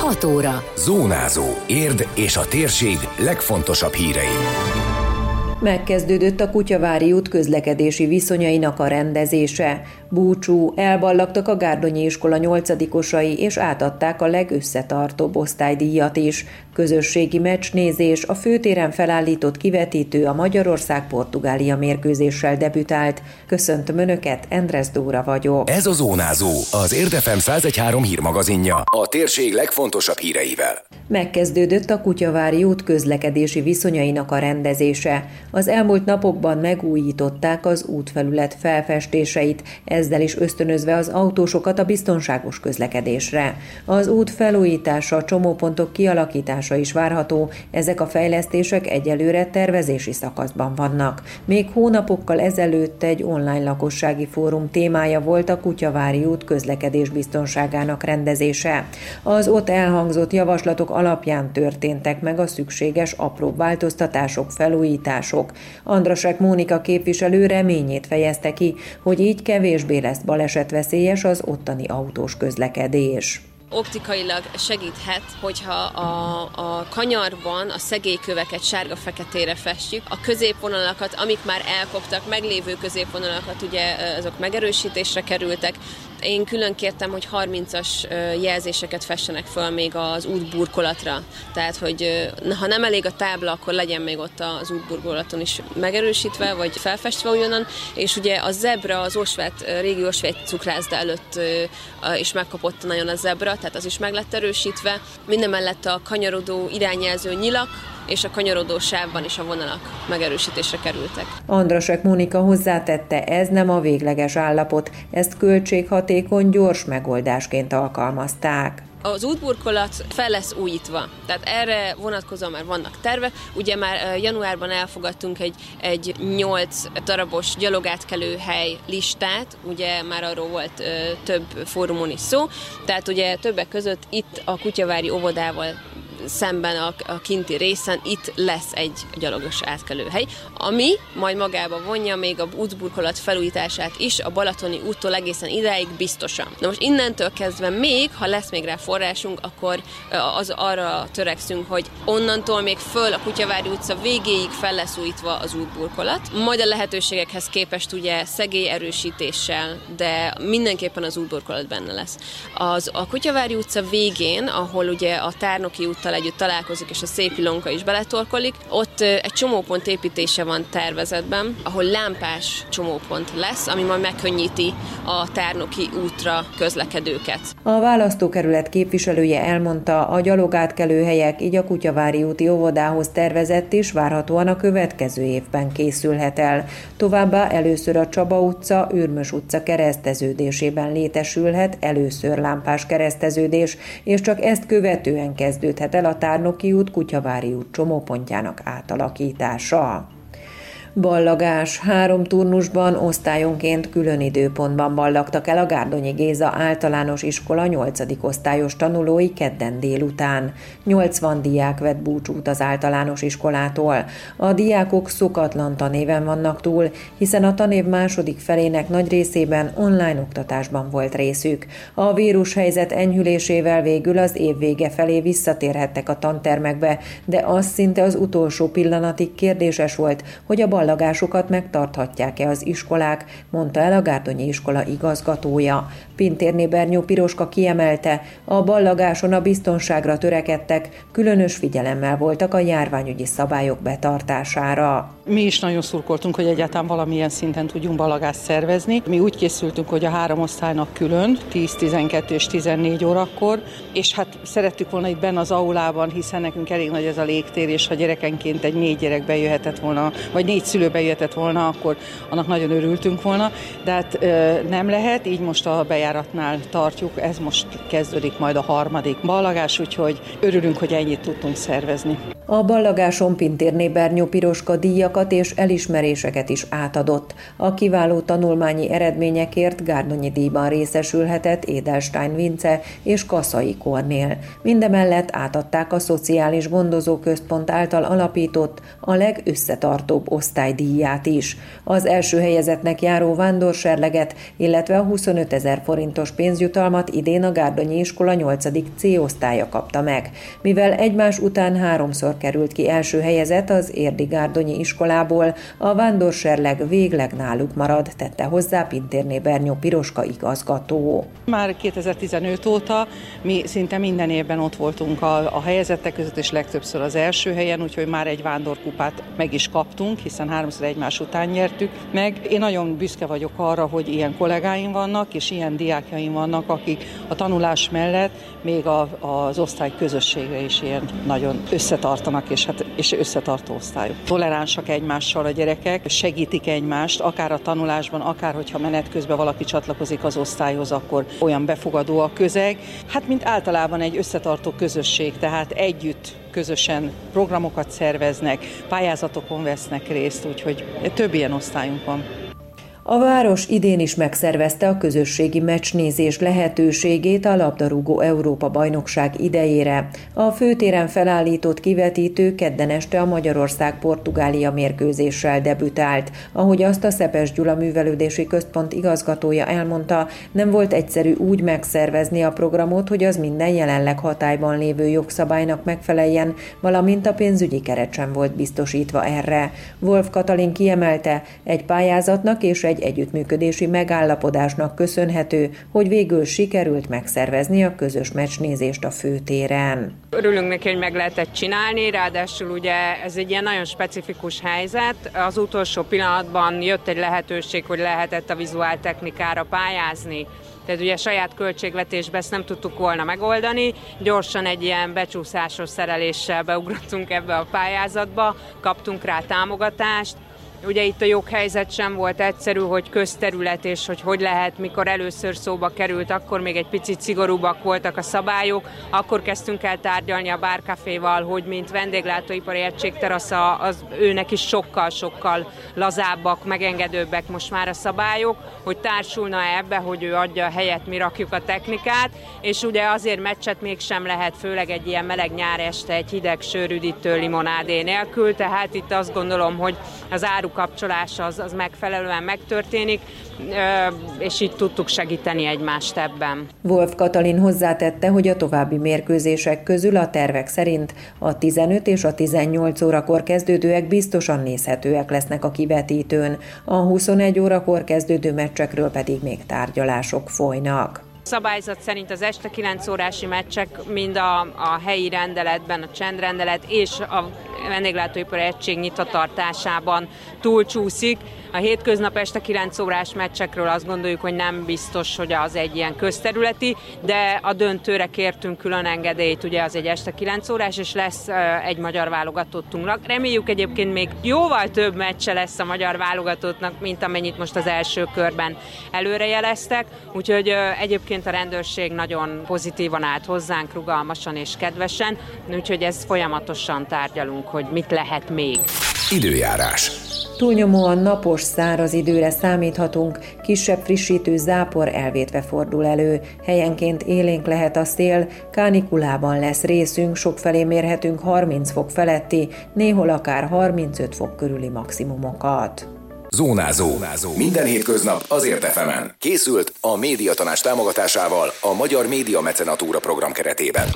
6 óra. Zónázó. Érd és a térség legfontosabb hírei. Megkezdődött a Kutyavári út közlekedési viszonyainak a rendezése. Búcsú, elballagtak a Gárdonyi iskola 8-osai, és átadták a legösszetartóbb osztálydíjat is. Közösségi meccsnézés, a főtéren felállított kivetítő a Magyarország-Portugália mérkőzéssel debütált. Köszöntöm Önöket, Endres Dóra vagyok. Ez a Zónázó, az Érd FM 101.3 hírmagazinja, a térség legfontosabb híreivel. Megkezdődött a Kutyavári út közlekedési viszonyainak a rendezése. Az elmúlt napokban megújították az útfelület felfestéseit, ezzel is ösztönözve az autósokat a biztonságos közlekedésre. Az út felújítása, csomópontok kialakítása is várható, ezek a fejlesztések egyelőre tervezési szakaszban vannak. Még hónapokkal ezelőtt egy online lakossági fórum témája volt a Kutyavári út közlekedés biztonságának rendezése. Az ott elhangzott javaslatok alapján történtek meg a szükséges apróbb változtatások, felújítások. Andrasek Mónika képviselő reményét fejezte ki, hogy így kevésbé lesz balesetveszélyes az ottani autós közlekedés. Optikailag segíthet, hogyha a kanyarban a szegélyköveket sárga-feketére festjük, a középvonalakat, amik már elkoptak, meglévő középvonalakat, ugye azok megerősítésre kerültek. Én külön kértem, hogy 30-as jelzéseket fessenek föl még az útburkolatra. Tehát, hogy ha nem elég a tábla, akkor legyen még ott az útburkolaton is megerősítve, vagy felfestve újonnan. És ugye a zebra, az régi Osvéd cukrászda előtt is megkapott nagyon a zebra, tehát az is meg lett erősítve. Mindemellett a kanyarodó irányjelző nyilak, és a kanyarodó sávban is a vonalak megerősítésre kerültek. Andrasek Mónika hozzátette, ez nem a végleges állapot, ezt költséghatékony, gyors megoldásként alkalmazták. Az útburkolat fel lesz újítva, tehát erre vonatkozóan már vannak tervek. Ugye már januárban elfogadtunk egy 8 darabos gyalogátkelő hely listát, ugye már arról volt több fórumon is szó, tehát ugye többek között itt a Kutyavári óvodával szemben a kinti részen itt lesz egy gyalogos átkelőhely, ami majd magába vonja még a útburkolat felújítását is a Balatoni úttól egészen idáig biztosan. Na most innentől kezdve még, ha lesz még rá forrásunk, akkor arra törekszünk, hogy onnantól még föl a Kutyavári utca végéig fel lesz újítva az útburkolat, majd a lehetőségekhez képest ugye szegély erősítéssel, de mindenképpen az útburkolat benne lesz. A Kutyavári utca végén, ahol ugye a Tárnoki úttal együtt találkozik, és a Szép Ilonka is beletorkolik. Ott egy csomópont építése van tervezetben, ahol lámpás csomópont lesz, ami majd megkönnyíti a Tárnoki útra közlekedőket. A választókerület képviselője elmondta, a gyalogátkelőhelyek így a Kutyavári úti óvodához tervezett is várhatóan a következő évben készülhet el. Továbbá először a Csaba utca, Ürmös utca kereszteződésében létesülhet először lámpás kereszteződés, és csak ezt követően kezdődhet el a Tárnoki út, Kutyavári út csomópontjának átalakítása. Ballagás. 3 turnusban osztályonként külön időpontban ballagtak el a Gárdonyi Géza általános iskola 8. osztályos tanulói kedden délután. 80 diák vett búcsút az általános iskolától. A diákok szokatlan tanéven vannak túl, hiszen a tanév második felének nagy részében online oktatásban volt részük. A vírushelyzet enyhülésével végül az év vége felé visszatérhettek a tantermekbe, de az szinte az utolsó pillanatig kérdéses volt, hogy a ballagásokat megtarthatják-e az iskolák, mondta el a Gárdonyi iskola igazgatója. Pintérné Bernyó Piroska kiemelte, a ballagáson a biztonságra törekedtek, különös figyelemmel voltak a járványügyi szabályok betartására. Mi is nagyon szurkoltunk, hogy egyáltalán valamilyen szinten tudjunk ballagást szervezni. Mi úgy készültünk, hogy a 3 osztálynak külön, 10, 12 és 14 órakor, és hát szerettük volna itt benne az aulában, hiszen nekünk elég nagy ez a légtér, és ha gyerekenként egy 4 gyerek bejöhetett volna, vagy 4 szülő bejöhetett volna, akkor annak nagyon örültünk volna, de hát nem lehet, így most a bejáratnál tartjuk, ez most kezdődik majd a 3. ballagás, úgyhogy örülünk, hogy ennyit tudtunk szervezni. A ballagáson Pintérné Bernyó Piroska díjakat és elismeréseket is átadott. A kiváló tanulmányi eredményekért Gárdonyi díjban részesülhetett Edelstein Vince és Kaszai Kornél. Mindemellett átadták a Szociális Gondozóközpont által alapított a legösszetartóbb osztálydíját is. Az első helyezettnek járó vándorserleget, illetve a 25 000 forintos pénzjutalmat idén a Gárdonyi iskola 8. C osztálya kapta meg. Mivel egymás után 3-szor került ki első helyezett az érdi Gárdonyi iskolából, a vándorserleg végleg náluk marad, tette hozzá Pintérné Bernyó Piroska igazgató. Már 2015 óta mi szinte minden évben ott voltunk a helyezettek között, és legtöbbször az első helyen, úgyhogy már egy vándorkupát meg is kaptunk, hiszen 3-szor egymás után nyertük meg. Én nagyon büszke vagyok arra, hogy ilyen kollégáim vannak, és ilyen diákjaim vannak, akik a tanulás mellett még az osztály közösségre is ilyen nagyon összetartanak, és összetartó osztályok. Toleránsak egymással a gyerekek, segítik egymást, akár a tanulásban, akár hogyha menet közben valaki csatlakozik az osztályhoz, akkor olyan befogadó a közeg. Hát mint általában egy összetartó közösség, tehát együtt közösen programokat szerveznek, pályázatokon vesznek részt, úgyhogy több ilyen osztályunk van. A város idén is megszervezte a közösségi meccsnézés lehetőségét a labdarúgó Európa-bajnokság idejére. A főtéren felállított kivetítő kedden este a Magyarország-Portugália mérkőzéssel debütált. Ahogy azt a Szepes Gyula Művelődési Központ igazgatója elmondta, nem volt egyszerű úgy megszervezni a programot, hogy az minden jelenleg hatályban lévő jogszabálynak megfeleljen, valamint a pénzügyi keret sem volt biztosítva erre. Wolf Katalin kiemelte, egy pályázatnak és egy együttműködési megállapodásnak köszönhető, hogy végül sikerült megszervezni a közös meccsnézést a főtéren. Örülünk neki, hogy meg lehetett csinálni, ráadásul ugye ez egy ilyen nagyon specifikus helyzet. Az utolsó pillanatban jött egy lehetőség, hogy lehetett a vizuáltechnikára pályázni. Tehát ugye saját költségvetésben ezt nem tudtuk volna megoldani. Gyorsan egy ilyen becsúszásos szereléssel beugrottunk ebbe a pályázatba, kaptunk rá támogatást. Ugye itt a joghelyzet sem volt egyszerű, hogy közterület és hogy lehet, mikor először szóba került, akkor még egy picit szigorúbbak voltak a szabályok. Akkor kezdtünk el tárgyalni a Bárcaféval, hogy mint vendéglátóipari egységterasza, az őnek is sokkal lazábbak, megengedőbbek most már a szabályok, hogy társulna ebbe, hogy ő adja a helyet, mi rakjuk a technikát, és ugye azért meccset mégsem lehet, főleg egy ilyen meleg nyár este egy hideg sörüdítő limonádé nélkül, tehát itt azt gondolom, hogy az árukapcsolás az megfelelően megtörténik, és így tudtuk segíteni egymást ebben. Wolf Katalin hozzátette, hogy a további mérkőzések közül a tervek szerint a 15 és a 18 órakor kezdődőek biztosan nézhetőek lesznek a kivetítőn, a 21 órakor kezdődő meccsekről pedig még tárgyalások folynak. Szabályzat szerint az este 9 órási meccsek mind a helyi rendeletben, a csendrendelet és a vendéglátóipari egység nyitvatartásában túlcsúszik. A hétköznap este 9 órás meccsekről azt gondoljuk, hogy nem biztos, hogy az egy ilyen közterületi, de a döntőre kértünk külön engedélyt, ugye az egy este 9 órás, és lesz egy magyar válogatottunknak. Reméljük egyébként még jóval több meccse lesz a magyar válogatottnak, mint amennyit most az első körben előrejeleztek, úgyhogy egyébként a rendőrség nagyon pozitívan állt hozzánk, rugalmasan és kedvesen, úgyhogy ez folyamatosan tárgyalunk, hogy mit lehet még. Időjárás. Túlnyomóan napos, száraz időre számíthatunk, kisebb frissítő zápor elvétve fordul elő. Helyenként élénk lehet a szél, kánikulában lesz részünk, sokfelé mérhetünk 30 fok feletti, néhol akár 35 fok körüli maximumokat. Zónázó. Minden hétköznap azért FM-en. Készült a Médiatanács támogatásával a Magyar Média Mecenatúra program keretében.